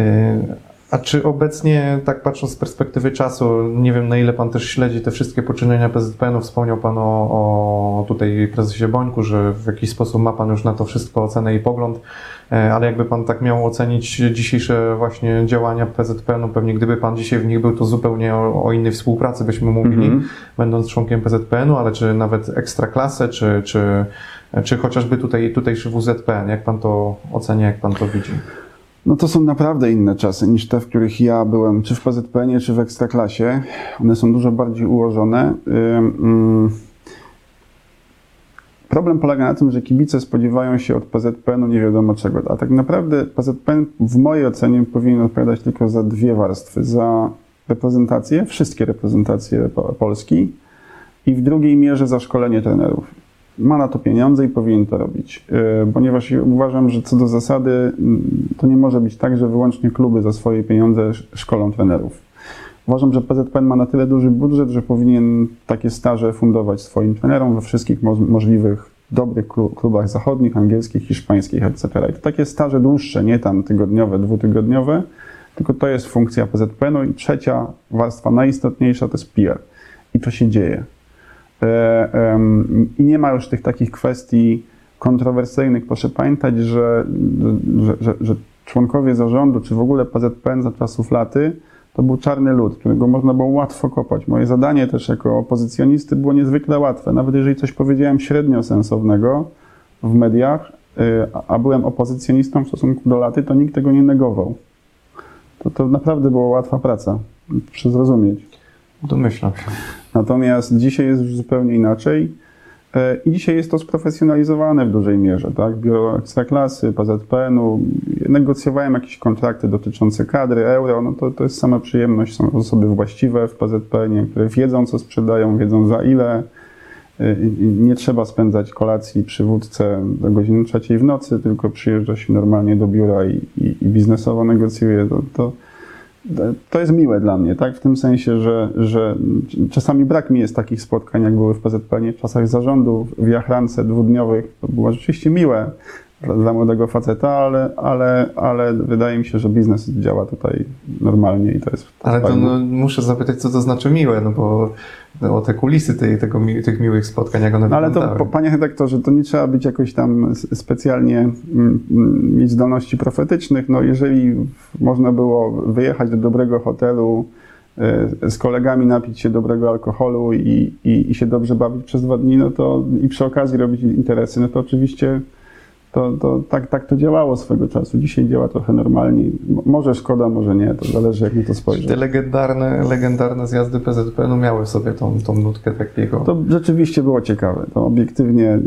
A czy obecnie, tak patrząc z perspektywy czasu, nie wiem na ile pan też śledzi te wszystkie poczynienia P Z P N-u, wspomniał pan o, o tutaj prezesie Bońku, że w jakiś sposób ma pan już na to wszystko ocenę i pogląd, ale jakby pan tak miał ocenić dzisiejsze właśnie działania P Z P N-u, pewnie gdyby pan dzisiaj w nich był, to zupełnie o, o innej współpracy byśmy mówili, mm-hmm. będąc członkiem P Z P N-u, ale czy nawet ekstraklasę, czy, czy, czy chociażby tutaj, tutejszy W Z P N, jak pan to ocenia, jak pan to widzi? No to są naprawdę inne czasy niż te, w których ja byłem, czy w P Z P N-ie, czy w Ekstraklasie. One są dużo bardziej ułożone. Problem polega na tym, że kibice spodziewają się od P Z P N-u nie wiadomo czego, a tak naprawdę P Z P N w mojej ocenie powinien odpowiadać tylko za dwie warstwy. Za reprezentację, wszystkie reprezentacje Polski i w drugiej mierze za szkolenie trenerów. Ma na to pieniądze i powinien to robić, ponieważ uważam, że co do zasady to nie może być tak, że wyłącznie kluby za swoje pieniądze szkolą trenerów. Uważam, że P Z P N ma na tyle duży budżet, że powinien takie staże fundować swoim trenerom we wszystkich mo możliwych dobrych klubach zachodnich, angielskich, hiszpańskich, et cetera. I to takie staże dłuższe, nie tam tygodniowe, dwutygodniowe, tylko to jest funkcja P Z P N-u. I trzecia warstwa, najistotniejsza, to jest P R. I to się dzieje. I nie ma już tych takich kwestii kontrowersyjnych. Proszę pamiętać, że, że, że, że członkowie zarządu, czy w ogóle P Z P N za czasów laty, to był czarny lud, którego można było łatwo kopać. Moje zadanie też jako opozycjonisty było niezwykle łatwe. Nawet jeżeli coś powiedziałem średnio sensownego w mediach, a byłem opozycjonistą w stosunku do laty, to nikt tego nie negował. To, to naprawdę była łatwa praca, proszę zrozumieć. Domyślam się. Natomiast dzisiaj jest już zupełnie inaczej i dzisiaj jest to sprofesjonalizowane w dużej mierze. Tak? Biuro Ekstraklasy, P Z P N-u, negocjowałem jakieś kontrakty dotyczące kadry, euro, no to, to jest sama przyjemność. Są osoby właściwe w P Z P N-ie, które wiedzą, co sprzedają, wiedzą za ile. Nie trzeba spędzać kolacji przy wódce do godziny trzeciej w nocy, tylko przyjeżdża się normalnie do biura i, i, i biznesowo negocjuje. To, to, to jest miłe dla mnie, tak? W tym sensie, że, że czasami brak mi jest takich spotkań, jak były w P Z P N-ie w czasach zarządu, w jachrance dwudniowych. To było rzeczywiście miłe dla, dla młodego faceta, ale, ale, ale wydaje mi się, że biznes działa tutaj normalnie i to jest Ale to fajne. no, muszę zapytać, co to znaczy miłe, no bo no, o te kulisy tej, tego, tych miłych spotkań, jak one No ale wyglądały. to, panie redaktorze, to nie trzeba być jakoś tam specjalnie mm, mieć zdolności profetycznych. No jeżeli można było wyjechać do dobrego hotelu, y, z kolegami napić się dobrego alkoholu i, i, i się dobrze bawić przez dwa dni, no to i przy okazji robić interesy, no to oczywiście to, to tak, tak to działało swego czasu. Dzisiaj działa trochę normalniej. Może szkoda, może nie, to zależy, jak na to spojrzeć. Te legendarne, legendarne zjazdy P Z P N-u miały w sobie tą, tą nutkę takiego. To rzeczywiście było ciekawe. To obiektywnie,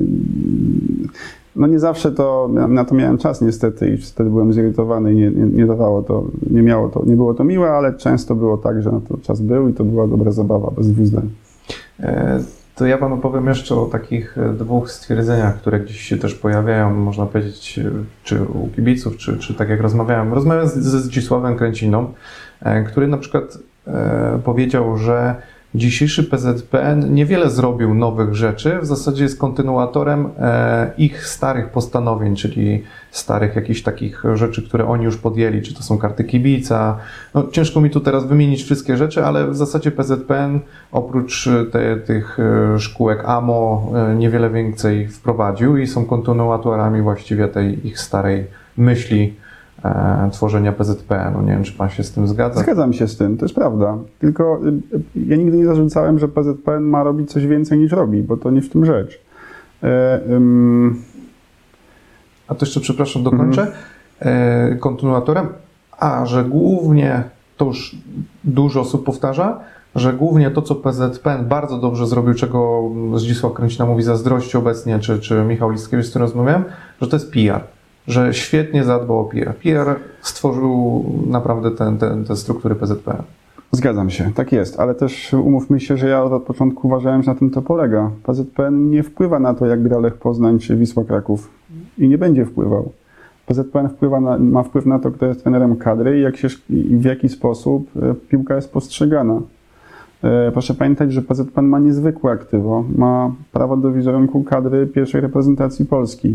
no nie zawsze to, na to miałem czas niestety i wtedy byłem zirytowany i nie, nie, nie dawało to, nie miało to, nie było to miłe, ale często było tak, że na to czas był i to była dobra zabawa, bez dwóch zdań. E, To ja panu powiem jeszcze o takich dwóch stwierdzeniach, które gdzieś się też pojawiają, można powiedzieć, czy u kibiców, czy, czy tak jak rozmawiałem. Rozmawiałem z, ze Zdzisławem Kręciną, który na przykład e, powiedział, że dzisiejszy P Z P N niewiele zrobił nowych rzeczy, w zasadzie jest kontynuatorem e, ich starych postanowień, czyli starych jakichś takich rzeczy, które oni już podjęli, czy to są karty kibica. No, ciężko mi tu teraz wymienić wszystkie rzeczy, ale w zasadzie P Z P N oprócz te, tych szkółek A M O e, niewiele więcej wprowadził i są kontynuatorami właściwie tej ich starej myśli e, tworzenia P Z P N-u. Nie wiem, czy pan się z tym zgadza? Zgadzam się z tym, to jest prawda. Tylko y, ja nigdy nie zarzucałem, że P Z P N ma robić coś więcej niż robi, bo to nie w tym rzecz. E, ym... A to jeszcze, przepraszam, dokończę. E, kontynuatorem, a że głównie, to już dużo osób powtarza, że głównie to, co P Z P N bardzo dobrze zrobił, czego Zdzisław Kręcina mówi zazdrości obecnie, czy, czy Michał Listkiewicz, z którym rozmawiałem, że to jest P R. Że świetnie zadbał o P R. P R stworzył naprawdę te, te, te struktury P Z P N. Zgadzam się, tak jest, ale też umówmy się, że ja od początku uważałem, że na tym to polega. P Z P N nie wpływa na to, jak gra Lech Poznań czy Wisła Kraków i nie będzie wpływał. P Z P N wpływa na, ma wpływ na to, kto jest trenerem kadry i, jak się, i w jaki sposób piłka jest postrzegana. Proszę pamiętać, że P Z P N ma niezwykłe aktywo, ma prawo do wizerunku kadry pierwszej reprezentacji Polski.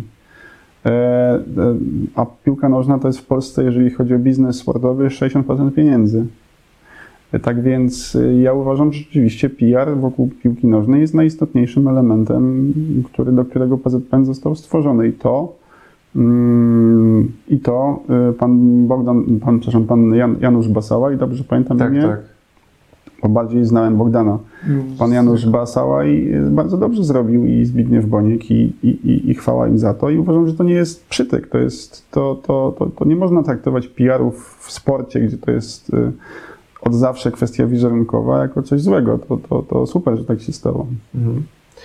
A piłka nożna to jest w Polsce, jeżeli chodzi o biznes sportowy, sześćdziesiąt procent pieniędzy. Tak więc ja uważam, że rzeczywiście P R wokół piłki nożnej jest najistotniejszym elementem, który, do którego P Z P N został stworzony. I to, mm, i to pan Bogdan, pan, przepraszam, pan Jan, Janusz Basała, i dobrze pamiętam Tak, imię? tak. Bo bardziej znałem Bogdana. Pan Janusz Basała i bardzo dobrze zrobił i Zbigniew Boniek i, i, i chwała im za to. I uważam, że to nie jest przytyk. To, jest, to, to, to, to nie można traktować P R-ów w sporcie, gdzie to jest od zawsze kwestia wizerunkowa, jako coś złego. To, to, to super, że tak się stało. Mhm.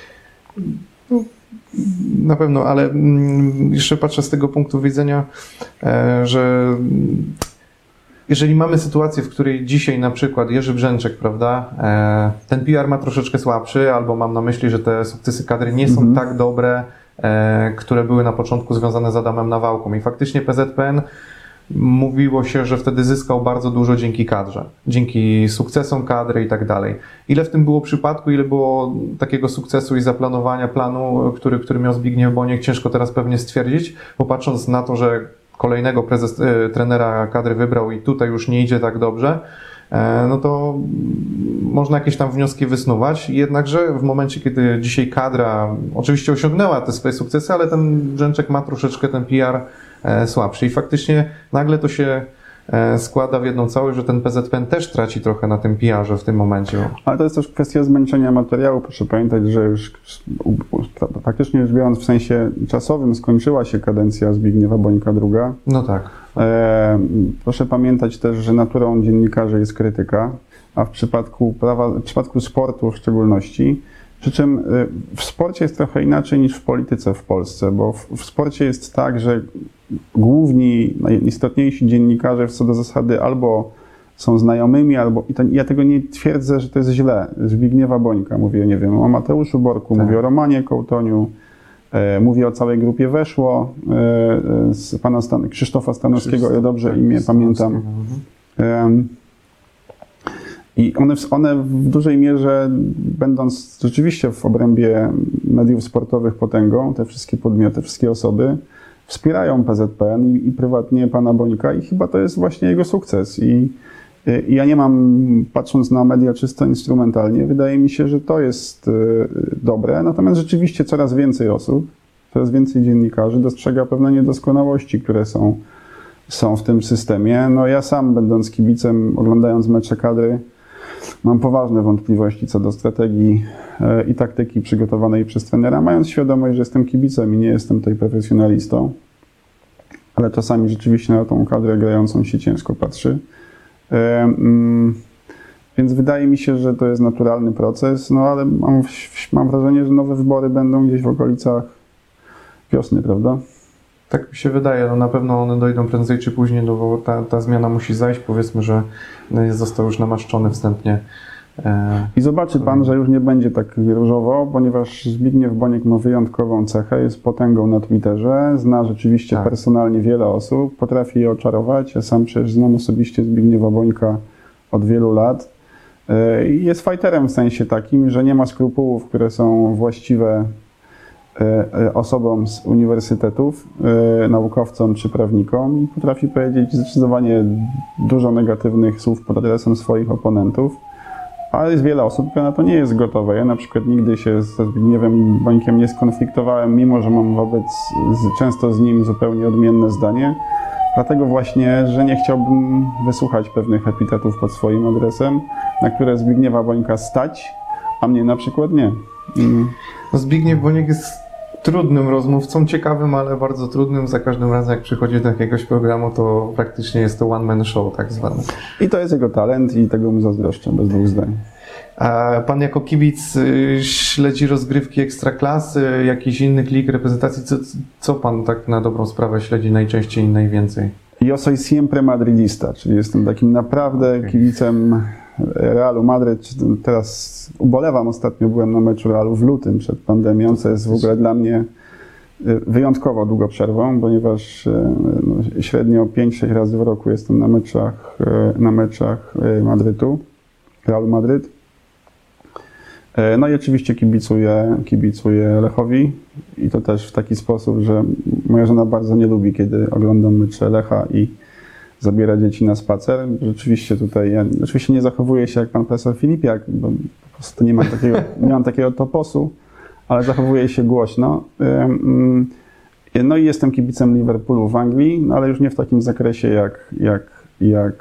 Na pewno, ale jeszcze patrzę z tego punktu widzenia, że jeżeli mamy sytuację, w której dzisiaj na przykład Jerzy Brzęczek, prawda, ten P R ma troszeczkę słabszy, albo mam na myśli, że te sukcesy kadry nie są mhm. tak dobre, które były na początku związane z Adamem Nawałką i faktycznie P Z P N mówiło się, że wtedy zyskał bardzo dużo dzięki kadrze, dzięki sukcesom kadry i tak dalej. Ile w tym było przypadku, ile było takiego sukcesu i zaplanowania planu, który, który miał Zbigniew Boniek, ciężko teraz pewnie stwierdzić, bo patrząc na to, że kolejnego prezes, e, trenera kadry wybrał i tutaj już nie idzie tak dobrze, e, no to można jakieś tam wnioski wysnuwać. Jednakże w momencie, kiedy dzisiaj kadra oczywiście osiągnęła te swoje sukcesy, ale ten Brzęczek ma troszeczkę ten P R e, słabszy i faktycznie nagle to się e, składa w jedną całość, że ten P Z P N też traci trochę na tym P R-ze w tym momencie. Ale to jest też kwestia zmęczenia materiału. Proszę pamiętać, że już faktycznie już biorąc w sensie czasowym skończyła się kadencja Zbigniewa Bońka druga. No tak. E, proszę pamiętać też, że naturą dziennikarzy jest krytyka, a w przypadku prawa, w przypadku sportu w szczególności. Przy czym w sporcie jest trochę inaczej niż w polityce w Polsce, bo w, w sporcie jest tak, że główni, najistotniejsi dziennikarze co do zasady albo są znajomymi, albo i to, ja tego nie twierdzę, że to jest źle. Zbigniewa Bońka, mówię, nie wiem, o Mateuszu Borku, tak. Mówię o Romanie Kołtoniu, e, mówię o całej grupie Weszło, e, z pana Stan Krzysztofa Stanowskiego, Krzysztof, ja dobrze tak, imię pamiętam. E, I one, one w dużej mierze, będąc rzeczywiście w obrębie mediów sportowych potęgą, te wszystkie podmioty, wszystkie osoby, wspierają P Z P N i, i prywatnie pana Bońka i chyba to jest właśnie jego sukces. I, I ja nie mam, patrząc na media czysto instrumentalnie, wydaje mi się, że to jest y, dobre, natomiast rzeczywiście coraz więcej osób, coraz więcej dziennikarzy dostrzega pewne niedoskonałości, które są, są w tym systemie. No ja sam, będąc kibicem, oglądając mecze kadry, mam poważne wątpliwości co do strategii y, i taktyki przygotowanej przez trenera, mając świadomość, że jestem kibicem i nie jestem tutaj profesjonalistą, ale czasami rzeczywiście na tą kadrę grającą się ciężko patrzy. Więc wydaje mi się, że to jest naturalny proces, no ale mam, mam wrażenie, że nowe wybory będą gdzieś w okolicach wiosny, prawda? Tak mi się wydaje, no na pewno one dojdą prędzej czy później, no bo ta, ta zmiana musi zajść, powiedzmy, że został już namaszczony wstępnie. I zobaczy pan, że już nie będzie tak różowo, ponieważ Zbigniew Boniek ma wyjątkową cechę, jest potęgą na Twitterze, zna rzeczywiście tak. personalnie wiele osób, potrafi je oczarować. Ja sam przecież znam osobiście Zbigniewa Bońka od wielu lat. Jest fighterem w sensie takim, że nie ma skrupułów, które są właściwe osobom z uniwersytetów, naukowcom czy prawnikom i potrafi powiedzieć zdecydowanie dużo negatywnych słów pod adresem swoich oponentów. Ale jest wiele osób, które na to nie jest gotowe. Ja na przykład nigdy się ze Zbigniewem Bońkiem nie skonfliktowałem, mimo że mam wobec, z, często z nim zupełnie odmienne zdanie. Dlatego właśnie, że nie chciałbym wysłuchać pewnych epitetów pod swoim adresem, na które Zbigniewa Bońka stać, a mnie na przykład nie. Mm. No Zbigniew Boniek jest trudnym rozmówcą, ciekawym, ale bardzo trudnym. Za każdym razem, jak przychodzi do jakiegoś programu, to praktycznie jest to one man show tak zwany. I to jest jego talent i tego mu zazdroszczę, bez dwóch zdań. A pan jako kibic śledzi rozgrywki Ekstraklasy, jakiś inny lig reprezentacji? Co, co pan tak na dobrą sprawę śledzi najczęściej i najwięcej? Yo soy siempre madridista, czyli jestem takim naprawdę okay. kibicem Realu Madryt. Teraz ubolewam, ostatnio byłem na meczu Realu w lutym przed pandemią, co jest w ogóle dla mnie wyjątkowo długą przerwą, ponieważ no, średnio pięć sześć razy w roku jestem na meczach, na meczach Madrytu, Realu Madryt. No i oczywiście kibicuję, kibicuję Lechowi i to też w taki sposób, że moja żona bardzo nie lubi, kiedy oglądam mecze Lecha i zabiera dzieci na spacer. Rzeczywiście tutaj, ja oczywiście nie zachowuję się jak pan profesor Filipiak, bo po prostu nie mam takiego, nie mam takiego toposu, ale zachowuję się głośno. No i jestem kibicem Liverpoolu w Anglii, no ale już nie w takim zakresie jak, jak, jak,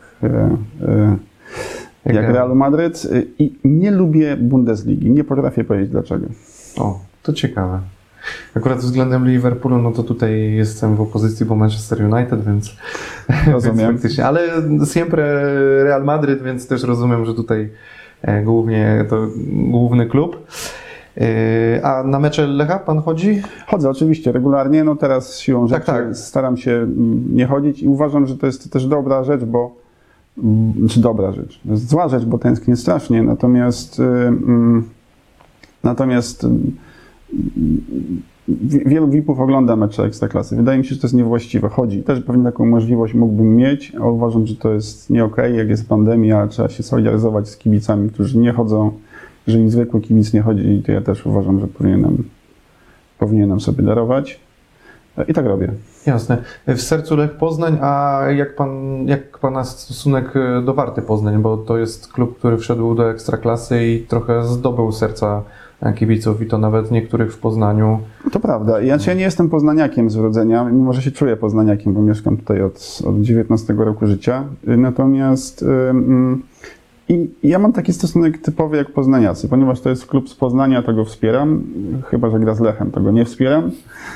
jak Realu Madryt i nie lubię Bundesligi, nie potrafię powiedzieć dlaczego. O, to ciekawe. Akurat względem Liverpoolu, no to tutaj jestem w opozycji, bo Manchester United, więc, rozumiem. więc faktycznie, ale siempre Real Madryt, więc też rozumiem, że tutaj głównie to główny klub. A na mecze Lecha pan chodzi? Chodzę oczywiście regularnie, no teraz siłą rzeczy tak, tak. staram się nie chodzić i uważam, że to jest też dobra rzecz, bo czy dobra rzecz, to jest zła rzecz, bo tęsknię strasznie, natomiast natomiast wielu V I P-ów ogląda mecze Ekstraklasy. Wydaje mi się, że to jest niewłaściwe. Chodzi. Też pewnie taką możliwość mógłbym mieć, ale uważam, że to jest nie okej. Jak jest pandemia, trzeba się solidaryzować z kibicami, którzy nie chodzą. Jeżeli zwykły kibic nie chodzi, to ja też uważam, że powinienem, powinienem sobie darować. I tak robię. Jasne. W sercu Lech Poznań, a jak pan, jak pana stosunek do Warty Poznań, bo to jest klub, który wszedł do Ekstraklasy i trochę zdobył serca kibiców i to nawet niektórych w Poznaniu. To prawda. Ja, ja nie jestem poznaniakiem z urodzenia, mimo że się czuję poznaniakiem, bo mieszkam tutaj od, od dziewiętnastego roku życia. Natomiast ym, i ja mam taki stosunek typowy jak poznaniacy, ponieważ to jest klub z Poznania, to go wspieram, chyba że gra z Lechem, to go nie wspieram.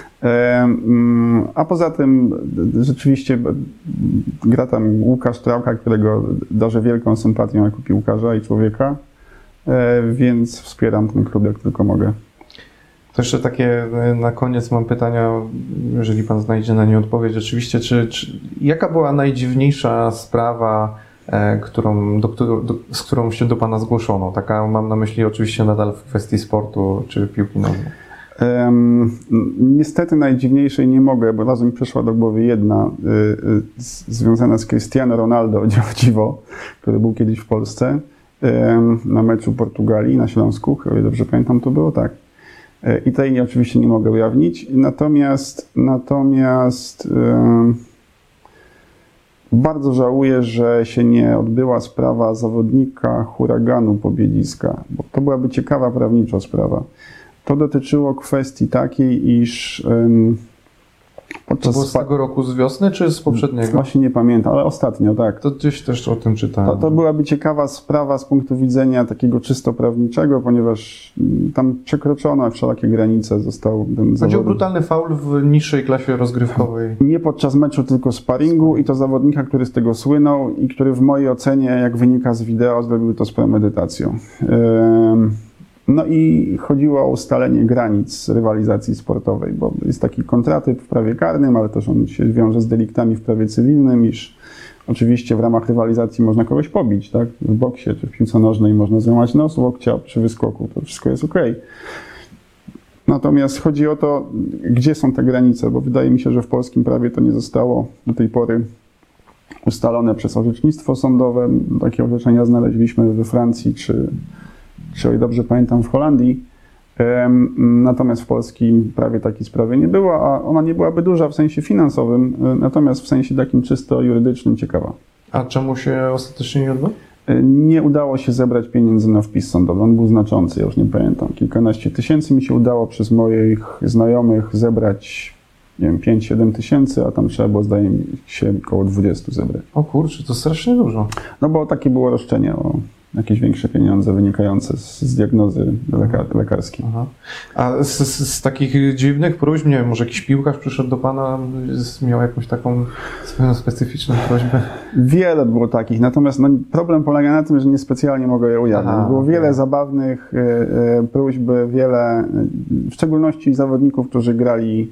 A poza tym rzeczywiście gra tam Łukasz Trałka, którego darzę wielką sympatią jako piłkarza i człowieka, więc wspieram ten klub jak tylko mogę. To jeszcze takie na koniec mam pytania, jeżeli pan znajdzie na nie odpowiedź oczywiście, czy, czy jaka była najdziwniejsza sprawa, e, którą, do, do, z którą się do pana zgłoszono? Taka mam na myśli oczywiście nadal w kwestii sportu czy piłki nożnej. Um, niestety najdziwniejszej nie mogę, bo razem mi przyszła do głowy jedna y, y, z, związana z Cristiano Ronaldo, o dziwo, który był kiedyś w Polsce y, na meczu Portugalii na Śląsku, o ile dobrze pamiętam to było, tak. Y, I tej oczywiście nie mogę ujawnić, natomiast natomiast y, bardzo żałuję, że się nie odbyła sprawa zawodnika Huraganu Pobiedziska, bo to byłaby ciekawa prawniczo sprawa. To dotyczyło kwestii takiej, iż um, podczas... To było z tego roku z wiosny, czy z poprzedniego? Właśnie nie pamiętam, ale ostatnio, tak. To gdzieś też o tym czytałem. To, to byłaby ciekawa sprawa z punktu widzenia takiego czysto prawniczego, ponieważ tam przekroczono wszelakie granice, został ten Chodzi o brutalny faul w niższej klasie rozgrywkowej. Nie podczas meczu, tylko sparingu i to zawodnika, który z tego słynął i który w mojej ocenie, jak wynika z wideo, zrobił to z premedytacją. Um, No i chodziło o ustalenie granic rywalizacji sportowej, bo jest taki kontratyp w prawie karnym, ale też on się wiąże z deliktami w prawie cywilnym, iż oczywiście w ramach rywalizacji można kogoś pobić, tak? W boksie czy w piłce nożnej można złamać nos, łokcia przy wyskoku, to wszystko jest okej. Natomiast chodzi o to, gdzie są te granice, bo wydaje mi się, że w polskim prawie to nie zostało do tej pory ustalone przez orzecznictwo sądowe. Takie orzeczenia znaleźliśmy we Francji czy czy o ile dobrze pamiętam w Holandii, natomiast w polskim prawie takiej sprawy nie było, a ona nie byłaby duża w sensie finansowym, natomiast w sensie takim czysto jurydycznym ciekawa. A czemu się ostatecznie nie odbyło? Nie udało się zebrać pieniędzy na wpis sądowy, on był znaczący, ja już nie pamiętam, kilkanaście tysięcy mi się udało przez moich znajomych zebrać, nie wiem, pięć siedem tysięcy, a tam trzeba było, zdaje mi się, około dwadzieścia zebrać. O kurczę, to strasznie dużo. No bo takie było roszczenie o jakieś większe pieniądze wynikające z, z diagnozy lekar, lekarskiej. Aha. A z, z, z takich dziwnych próśb, nie wiem, może jakiś piłkarz przyszedł do pana, miał jakąś taką swoją specyficzną prośbę? Wiele było takich, natomiast no, problem polega na tym, że niespecjalnie mogę je ujawnić. Aha, było okay. wiele zabawnych y, y, próśb, wiele, y, w szczególności zawodników, którzy grali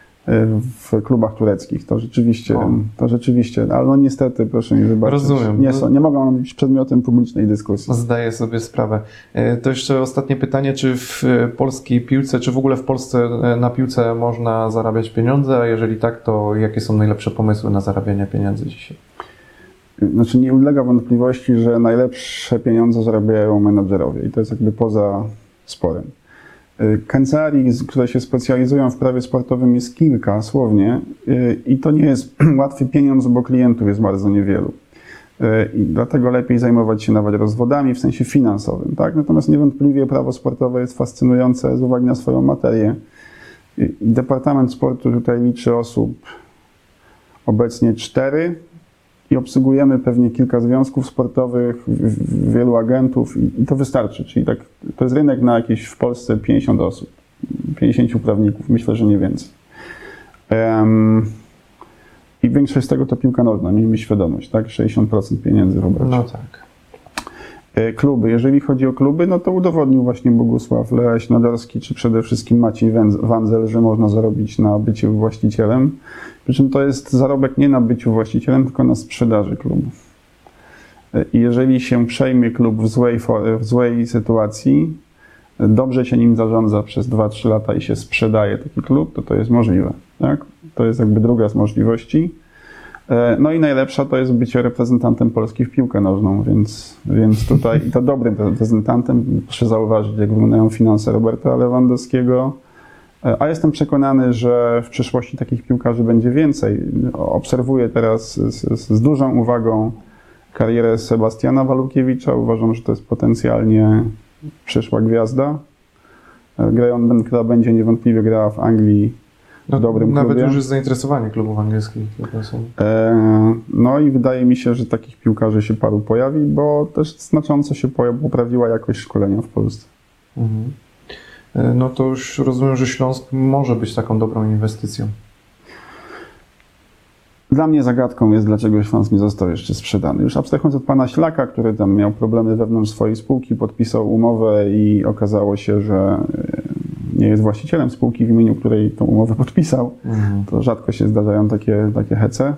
w klubach tureckich. To rzeczywiście, o. to rzeczywiście, ale no niestety, proszę mi wybaczyć, Rozumiem. Nie, są, nie mogą być przedmiotem publicznej dyskusji. Zdaję sobie sprawę. To jeszcze ostatnie pytanie, czy w polskiej piłce, czy w ogóle w Polsce na piłce można zarabiać pieniądze, a jeżeli tak, to jakie są najlepsze pomysły na zarabianie pieniędzy dzisiaj? Znaczy nie ulega wątpliwości, że najlepsze pieniądze zarabiają menadżerowie i to jest jakby poza sporem. Kancelarii, które się specjalizują w prawie sportowym jest kilka, słownie, i to nie jest łatwy pieniądz, bo klientów jest bardzo niewielu. I dlatego lepiej zajmować się nawet rozwodami w sensie finansowym, tak? Natomiast niewątpliwie prawo sportowe jest fascynujące z uwagi na swoją materię. Departament Sportu tutaj liczy osób obecnie cztery i obsługujemy pewnie kilka związków sportowych, wielu agentów i to wystarczy. Czyli tak, to jest rynek na jakieś w Polsce pięćdziesiąt osób, pięćdziesięciu prawników, myślę, że nie więcej. Um, I większość z tego to piłka nożna, miejmy świadomość, tak? sześćdziesiąt procent pieniędzy w obrocie. No tak. Kluby. Jeżeli chodzi o kluby, no to udowodnił właśnie Bogusław Leś-Nadolski, czy przede wszystkim Maciej Wandzel, że można zarobić na byciu właścicielem. Przy czym to jest zarobek nie na byciu właścicielem, tylko na sprzedaży klubu. I jeżeli się przejmie klub w złej, w złej sytuacji, dobrze się nim zarządza przez dwa trzy lata i się sprzedaje taki klub, to to jest możliwe. Tak? To jest jakby druga z możliwości. No i najlepsza to jest bycie reprezentantem Polski w piłkę nożną, więc, więc tutaj i to dobrym reprezentantem. Proszę zauważyć, jak wyglądają finanse Roberta Lewandowskiego. A jestem przekonany, że w przyszłości takich piłkarzy będzie więcej. Obserwuję teraz z, z, z dużą uwagą karierę Sebastiana Walukiewicza. Uważam, że to jest potencjalnie przyszła gwiazda. Grając, która będzie niewątpliwie grała w Anglii w no, dobrym nawet klubie. już jest zainteresowanie klubów angielskich. E, no i wydaje mi się, że takich piłkarzy się paru pojawi, bo też znacząco się poprawiła jakość szkolenia w Polsce. Mhm. No to już rozumiem, że Śląsk może być taką dobrą inwestycją. Dla mnie zagadką jest, dlaczego Śląsk nie został jeszcze sprzedany. Już abstrahując od pana Ślaka, który tam miał problemy wewnątrz swojej spółki, podpisał umowę i okazało się, że nie jest właścicielem spółki, w imieniu której tą umowę podpisał. Mhm. To rzadko się zdarzają takie, takie hece.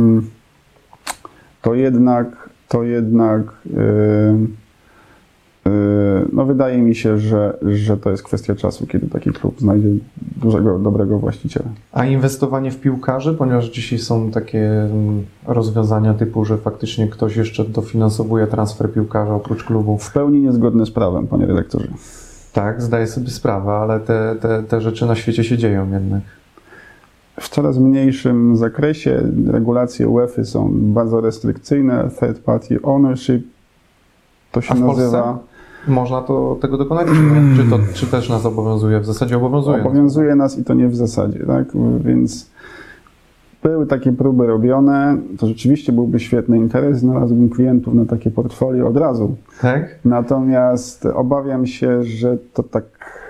To jednak, to jednak yy, yy, no wydaje mi się, że, że to jest kwestia czasu, kiedy taki klub znajdzie dużego, dobrego właściciela. A inwestowanie w piłkarzy, ponieważ dzisiaj są takie rozwiązania typu, że faktycznie ktoś jeszcze dofinansowuje transfer piłkarza oprócz klubu. W pełni niezgodne z prawem, panie redaktorze. Tak, zdaję sobie sprawę, ale te, te, te rzeczy na świecie się dzieją jednak. W coraz mniejszym zakresie regulacje UEFA są bardzo restrykcyjne. Third party ownership to się A w nazywa. Polsce można to, tego dokonać, czy nie? Czy, to, czy też nas obowiązuje? W zasadzie obowiązuje. Obowiązuje nas i to nie w zasadzie, tak? Więc były takie próby robione. To rzeczywiście byłby świetny interes. Znalazłbym klientów na takie portfolio od razu. Tak? Natomiast obawiam się, że to tak...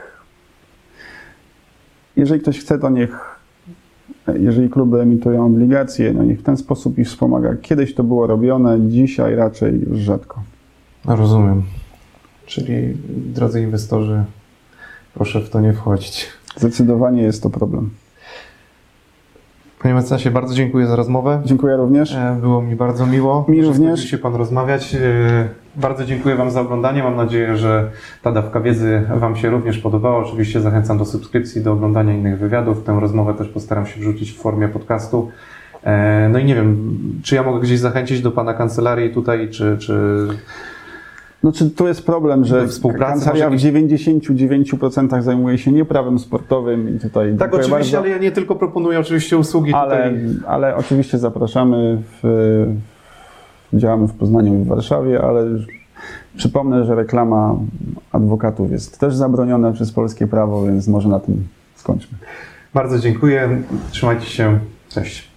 Jeżeli ktoś chce, to niech... Jeżeli kluby emitują obligacje, no niech w ten sposób ich wspomaga. Kiedyś to było robione, dzisiaj raczej już rzadko. Rozumiem. Czyli, drodzy inwestorzy, proszę w to nie wchodzić. Zdecydowanie jest to problem. Panie mecenasie, bardzo dziękuję za rozmowę. Dziękuję również. Było mi bardzo miło. Mi że również. zgodził się Pan rozmawiać. Bardzo dziękuję Wam za oglądanie. Mam nadzieję, że ta dawka wiedzy Wam się również podobała. Oczywiście zachęcam do subskrypcji, do oglądania innych wywiadów. Tę rozmowę też postaram się wrzucić w formie podcastu. No i nie wiem, czy ja mogę gdzieś zachęcić do Pana kancelarii tutaj, czy... czy... No czy tu jest problem, że kancelaria w dziewięćdziesięciu dziewięciu procentach zajmuje się nie prawem sportowym i tutaj... Tak, oczywiście, bardzo. Ale ja nie tylko proponuję oczywiście usługi ale, tutaj. Ale oczywiście zapraszamy, w, działamy w Poznaniu i w Warszawie, ale przypomnę, że reklama adwokatów jest też zabroniona przez polskie prawo, więc może na tym skończmy. Bardzo dziękuję, trzymajcie się, cześć.